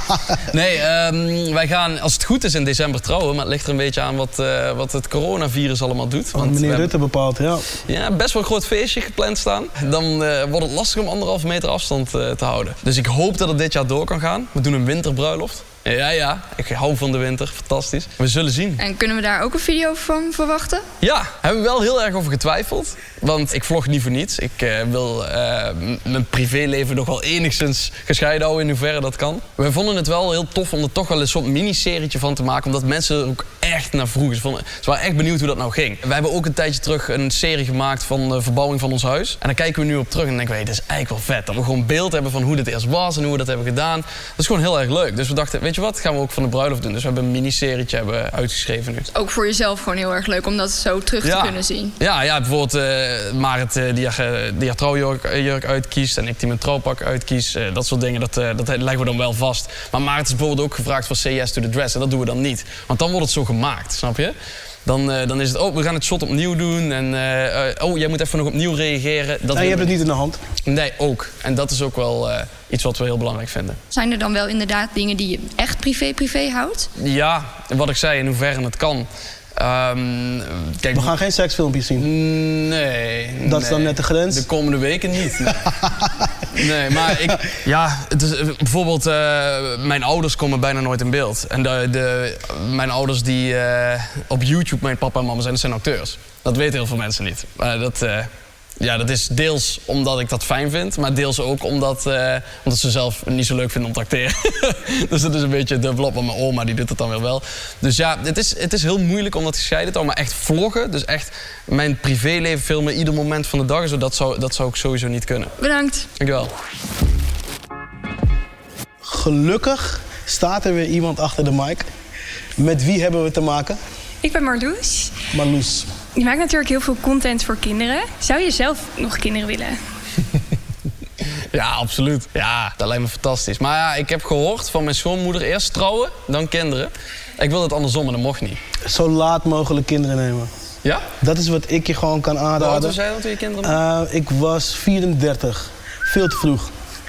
Nee, wij gaan als het goed is in december trouwen. Maar het ligt er een beetje aan wat het coronavirus allemaal doet. Want meneer Rutte bepaalt, ja. Ja, best wel een groot feestje gepland staan. Dan wordt het lastig om 1,5 meter afstand te houden. Dus ik hoop dat het dit jaar door kan gaan. We doen een winterbruiloft. Ja, ik hou van de winter. Fantastisch. We zullen zien. En kunnen we daar ook een video van verwachten? Ja, hebben we wel heel erg over getwijfeld. Want ik vlog niet voor niets. Ik wil mijn privéleven nog wel enigszins gescheiden houden in hoeverre dat kan. We vonden het wel heel tof om er toch wel een soort miniserietje van te maken. Omdat mensen er ook echt naar vroegen. Ze waren echt benieuwd hoe dat nou ging. Wij hebben ook een tijdje terug een serie gemaakt van de verbouwing van ons huis. En daar kijken we nu op terug en denken we, dit is eigenlijk wel vet. Dat we gewoon beeld hebben van hoe dit eerst was en hoe we dat hebben gedaan. Dat is gewoon heel erg leuk. Dus we dachten, weet je wat, gaan we ook van de bruiloft doen. Dus we hebben een miniserietje uitgeschreven nu. Ook voor jezelf gewoon heel erg leuk om dat zo terug te kunnen zien. Ja, bijvoorbeeld Marit die haar trouwjurk uitkiest en ik die mijn trouwpak uitkies. Dat soort dingen, dat leggen we dan wel vast. Maar Marit is bijvoorbeeld ook gevraagd voor Say Yes to the Dress. En dat doen we dan niet. Want dan wordt het zo gemaakt, snap je? Dan is het, we gaan het shot opnieuw doen. En jij moet even nog opnieuw reageren. Je hebt het niet in de hand? Nee, ook. En dat is ook wel iets wat we heel belangrijk vinden. Zijn er dan wel inderdaad dingen die je echt privé houdt? Ja, wat ik zei, in hoeverre het kan. Kijk, We gaan geen seksfilmpjes zien. Nee. Dat is dan net de grens? De komende weken niet. Nee, maar het is, bijvoorbeeld mijn ouders komen bijna nooit in beeld. En mijn ouders die op YouTube mijn papa en mama zijn, dat zijn acteurs. Dat weten heel veel mensen niet. Dat is deels omdat ik dat fijn vind, maar deels ook omdat ze zelf niet zo leuk vinden om te acteren. Dus dat is een beetje dubbelop, maar mijn oma die doet het dan weer wel. Dus ja, het is heel moeilijk om dat gescheiden te houden, maar echt vloggen, dus echt mijn privéleven filmen, ieder moment van de dag, zo, dat zou ik sowieso niet kunnen. Bedankt. Dankjewel. Gelukkig staat er weer iemand achter de mic. Met wie hebben we te maken? Ik ben Marloes. Marloes. Je maakt natuurlijk heel veel content voor kinderen. Zou je zelf nog kinderen willen? Ja, absoluut. Ja, dat lijkt me fantastisch. Maar ja, ik heb gehoord van mijn schoonmoeder eerst trouwen, dan kinderen. Ik wilde het andersom, maar dat mocht niet. Zo laat mogelijk kinderen nemen. Ja? Dat is wat ik je gewoon kan aanraden. Hoe oud was jij dan toen je kinderen maakte? Ik was 34. Veel te vroeg.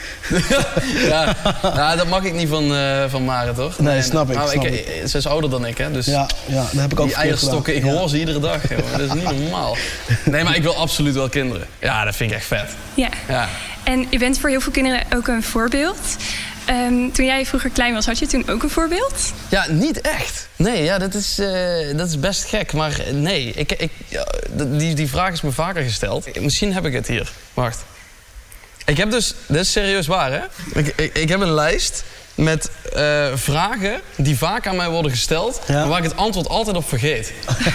Ja, dat mag ik niet van Maren, toch? Nee, snap ik. Ze is ouder dan ik, hè? Dus ja, dat heb ik ook die eierstokken, ik hoor ze iedere dag. Joh. Dat is niet normaal. Nee, maar ik wil absoluut wel kinderen. Ja, dat vind ik echt vet. Ja. En je bent voor heel veel kinderen ook een voorbeeld. Toen jij vroeger klein was, had je toen ook een voorbeeld? Ja, niet echt. Nee, ja, dat is best gek. Maar nee, die vraag is me vaker gesteld. Misschien heb ik het hier. Wacht. Ik heb dus, dit is serieus waar, hè? Ik heb een lijst met vragen die vaak aan mij worden gesteld, maar waar ik het antwoord altijd op vergeet.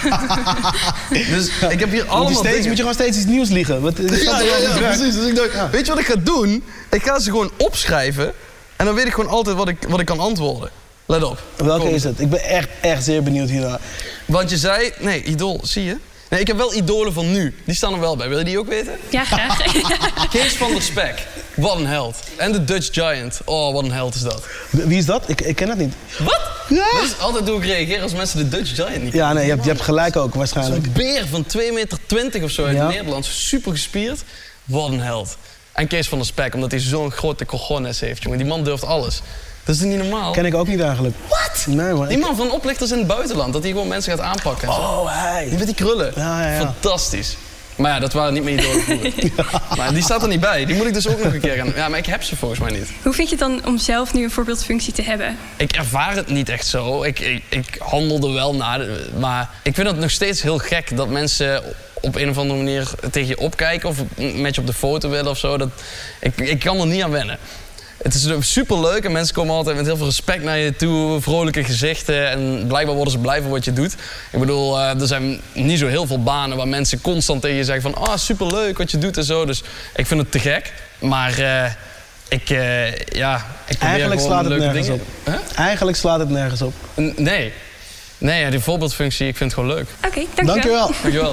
Dus ik heb hier allemaal dingen. Moet je gewoon steeds iets nieuws liegen. Precies. Dus ik dacht, weet je wat ik ga doen? Ik ga ze gewoon opschrijven en dan weet ik gewoon altijd wat ik kan antwoorden. Let op. Welke is het? Ik ben echt zeer benieuwd hiernaar. Want je zei, nee, idool, zie je? Nee, ik heb wel idolen van nu. Die staan er wel bij. Wil je die ook weten? Ja, graag. Kees van der Spek. Wat een held. En de Dutch Giant. Oh, wat een held is dat. Wie is dat? Ik ken dat niet. Wat? Ja. Dat is altijd hoe ik reageer als mensen de Dutch Giant niet kennen. Ja, nee, je hebt gelijk ook waarschijnlijk. Zo'n beer van 2,20 meter of zo uit Nederland. Super gespierd. Wat een held. En Kees van der Spek, omdat hij zo'n grote cojones heeft, jongen. Die man durft alles. Dat is niet normaal. Ken ik ook niet eigenlijk. Wat? Nee, maar die man van oplichters in het buitenland. Dat hij gewoon mensen gaat aanpakken. Oh, hij. Die met die krullen. Ja. Fantastisch. Maar ja, dat waren niet meer idolen vroeger. Maar die staat er niet bij. Die moet ik dus ook nog een keer gaan. Ja, maar ik heb ze volgens mij niet. Hoe vind je het dan om zelf nu een voorbeeldfunctie te hebben? Ik ervaar het niet echt zo. Ik handel er wel naar. Maar ik vind het nog steeds heel gek dat mensen op een of andere manier tegen je opkijken of met je op de foto willen of zo. Ik kan er niet aan wennen. Het is super leuk en mensen komen altijd met heel veel respect naar je toe, vrolijke gezichten en blijkbaar worden ze blij van wat je doet. Ik bedoel, er zijn niet zo heel veel banen waar mensen constant tegen je zeggen van superleuk wat je doet en zo. Dus ik vind het te gek, maar ik probeer eigenlijk slaat het nergens dingen. op. Huh? Eigenlijk slaat het nergens op. Nee, die voorbeeldfunctie, ik vind het gewoon leuk. Oké, dankjewel. Dankjewel.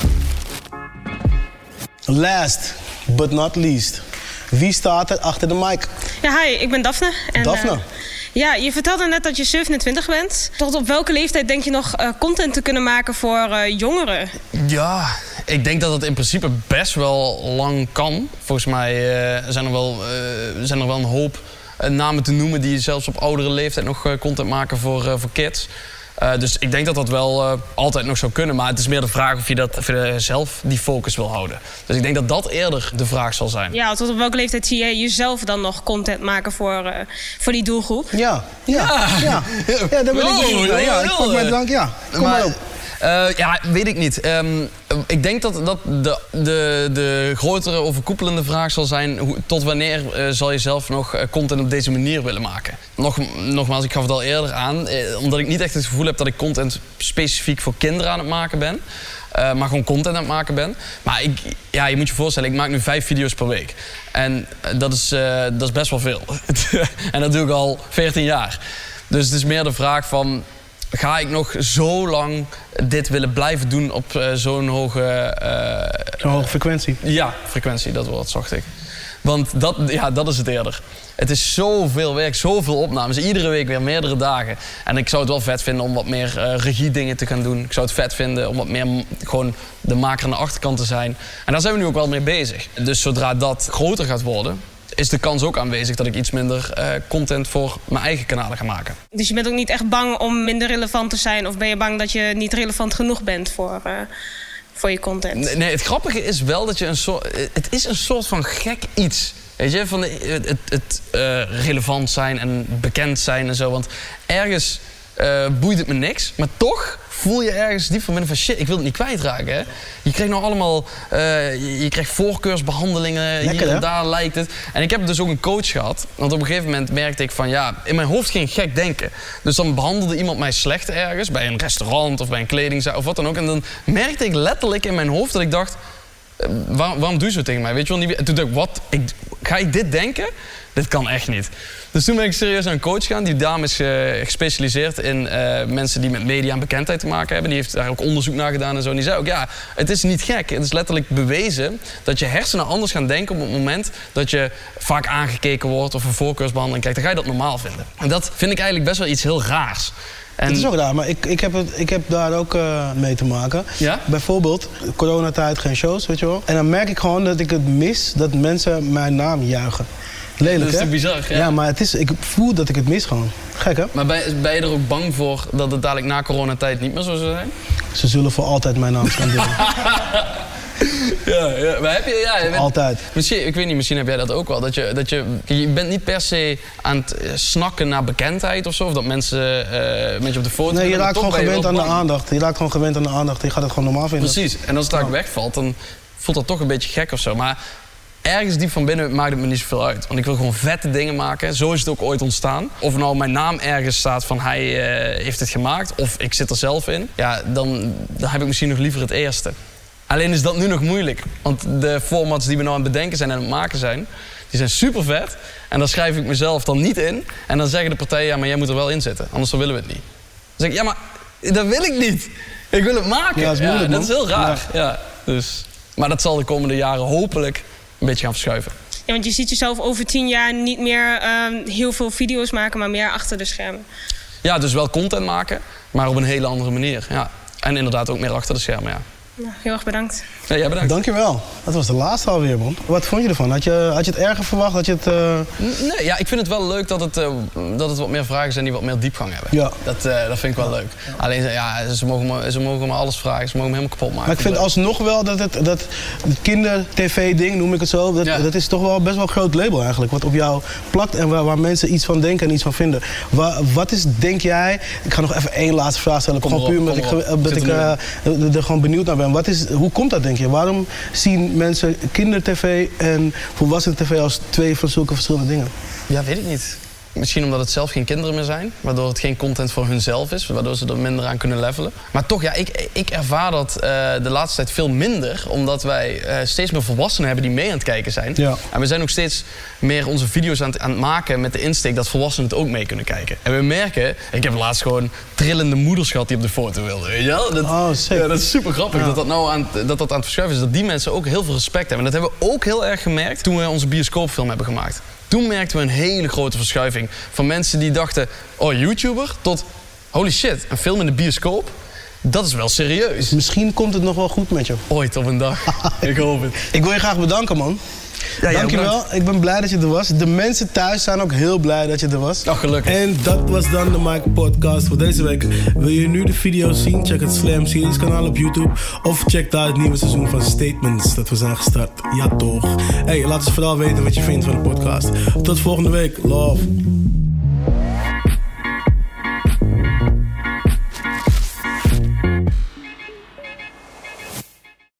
Last but not least. Wie staat er achter de mic? Ja, hi, ik ben Daphne. En, Daphne? Je vertelde net dat je 27 bent. Tot op welke leeftijd denk je nog content te kunnen maken voor jongeren? Ja, ik denk dat het in principe best wel lang kan. Volgens mij zijn er wel een hoop namen te noemen die zelfs op oudere leeftijd nog content maken voor kids. Dus ik denk dat dat wel altijd nog zou kunnen. Maar het is meer de vraag of je zelf die focus wil houden. Dus ik denk dat dat eerder de vraag zal zijn. Ja, tot op welke leeftijd zie je jezelf dan nog content maken voor die doelgroep? Ja, daar wil ik niet. Ja, ik pak mijn drank, Kom maar op. Weet ik niet. Ik denk dat de grotere overkoepelende vraag zal zijn, tot wanneer zal je zelf nog content op deze manier willen maken? Nogmaals, ik gaf het al eerder aan, omdat ik niet echt het gevoel heb dat ik content specifiek voor kinderen aan het maken ben. Maar gewoon content aan het maken ben. Maar je moet je voorstellen, ik maak nu 5 video's per week. En dat is best wel veel. En dat doe ik al 14 jaar. Dus het is meer de vraag van, ga ik nog zo lang dit willen blijven doen op zo'n hoge... Zo'n hoge frequentie? Ja, frequentie, dat woord zocht ik. Want dat is het eerder. Het is zoveel werk, zoveel opnames. Iedere week weer meerdere dagen. En ik zou het wel vet vinden om wat meer regiedingen te gaan doen. Ik zou het vet vinden om wat meer gewoon de maker aan de achterkant te zijn. En daar zijn we nu ook wel mee bezig. Dus zodra dat groter gaat worden, is de kans ook aanwezig dat ik iets minder content voor mijn eigen kanalen ga maken. Dus je bent ook niet echt bang om minder relevant te zijn? Of ben je bang dat je niet relevant genoeg bent voor je content? Nee, het grappige is wel dat je het is een soort van gek iets. Weet je, van het relevant zijn en bekend zijn en zo. Want ergens boeit het me niks, maar toch voel je ergens diep van binnen van shit, ik wil het niet kwijtraken. Hè? Je krijgt nou allemaal, je krijgt voorkeursbehandelingen, lekker, hier en daar lijkt het. En ik heb dus ook een coach gehad, want op een gegeven moment merkte ik van ja, in mijn hoofd ging gek denken. Dus dan behandelde iemand mij slecht ergens, bij een restaurant of bij een kledingzaak of wat dan ook. En dan merkte ik letterlijk in mijn hoofd dat ik dacht, waarom doe je zo tegen mij? Weet je wel, en toen dacht ik, wat? Ga ik dit denken? Dit kan echt niet. Dus toen ben ik serieus naar een coach gegaan. Die dame is gespecialiseerd in mensen die met media en bekendheid te maken hebben. Die heeft daar ook onderzoek naar gedaan en zo. En die zei ook, ja, het is niet gek. Het is letterlijk bewezen dat je hersenen anders gaan denken op het moment dat je vaak aangekeken wordt of een voorkeursbehandeling krijgt. Dan ga je dat normaal vinden. En dat vind ik eigenlijk best wel iets heel raars. En het is ook raar, maar ik heb daar ook mee te maken. Ja? Bijvoorbeeld, coronatijd, geen shows, weet je wel. En dan merk ik gewoon dat ik het mis dat mensen mijn naam juichen. Lelijk, dat is hè? toch bizar, ja? Ja, maar ik voel dat ik het mis gewoon. Gek, hè? Maar ben je er ook bang voor dat het dadelijk na coronatijd niet meer zo zou zijn? Ze zullen voor altijd mijn naam scanderen. Ja, maar heb je... Ja, altijd. Misschien, ik weet niet, misschien heb jij dat ook wel. Dat je bent niet per se aan het snakken naar bekendheid of zo. Of dat mensen met je op de foto... Nee, je raakt gewoon gewend aan de aandacht. Je raakt gewoon gewend aan de aandacht. Je gaat het gewoon normaal vinden. Precies. En als het daar wegvalt, dan voelt dat toch een beetje gek of zo. Maar ergens diep van binnen maakt het me niet zoveel uit. Want ik wil gewoon vette dingen maken. Zo is het ook ooit ontstaan. Of nou mijn naam ergens staat van hij heeft het gemaakt. Of ik zit er zelf in. Ja, dan heb ik misschien nog liever het eerste. Alleen is dat nu nog moeilijk. Want de formats die we nou aan het bedenken zijn en aan het maken zijn, die zijn super vet. En daar schrijf ik mezelf dan niet in. En dan zeggen de partijen, ja, maar jij moet er wel in zitten. Anders dan willen we het niet. Dan zeg ik, ja, maar dat wil ik niet. Ik wil het maken. Ja, dat is moeilijk, dat is heel raar. Ja, dus. Maar dat zal de komende jaren hopelijk een beetje gaan verschuiven. Ja, want je ziet jezelf over 10 jaar niet meer heel veel video's maken, maar meer achter de schermen. Ja, dus wel content maken, maar op een hele andere manier. Ja. En inderdaad ook meer achter de schermen, ja. Nou, heel erg bedankt. Ja, jij bedankt. Dankjewel. Dat was de laatste alweer, man. Wat vond je ervan? Had je het erger verwacht? Had je het, Nee, ja, ik vind het wel leuk dat het wat meer vragen zijn die wat meer diepgang hebben. Ja. Dat vind ik wel leuk. Alleen, ja, ze mogen me alles vragen. Ze mogen me helemaal kapot maken. Maar ik vind alsnog wel dat het kinder-tv-ding, noem ik het zo, dat is toch wel best wel een groot label eigenlijk. Wat op jou plakt en waar mensen iets van denken en iets van vinden. Wat is, denk jij... Ik ga nog even één laatste vraag stellen. Gewoon puur omdat ik er gewoon benieuwd naar ben. Hoe komt dat, denk je? Waarom zien mensen kinder-tv en volwassen-tv als twee van zulke verschillende dingen? Ja, weet ik niet. Misschien omdat het zelf geen kinderen meer zijn. Waardoor het geen content voor hunzelf is. Waardoor ze er minder aan kunnen levelen. Maar toch, ja, ik ervaar dat de laatste tijd veel minder. Omdat wij steeds meer volwassenen hebben die mee aan het kijken zijn. Ja. En we zijn ook steeds meer onze video's aan het maken met de insteek dat volwassenen het ook mee kunnen kijken. En we merken, ik heb laatst gewoon trillende moeders gehad die op de foto wilden. Weet je wel? Dat is super grappig dat dat nou aan het verschuiven is. Dat die mensen ook heel veel respect hebben. En dat hebben we ook heel erg gemerkt toen we onze bioscoopfilm hebben gemaakt. Toen merkten we een hele grote verschuiving. Van mensen die dachten, oh, YouTuber, tot holy shit, een film in de bioscoop? Dat is wel serieus. Misschien komt het nog wel goed met je. Ooit op een dag. Ik hoop het. Ik wil je graag bedanken, man. Ja, dankjewel. Ik ben blij dat je er was. De mensen thuis zijn ook heel blij dat je er was. Oh, gelukkig. En dat was dan de Mike Podcast voor deze week. Wil je nu de video's zien? Check het Slam Series kanaal op YouTube. Of check daar het nieuwe seizoen van Statements dat we zijn gestart. Ja, toch. Hey, laat ons vooral weten wat je vindt van de podcast. Tot volgende week. Love.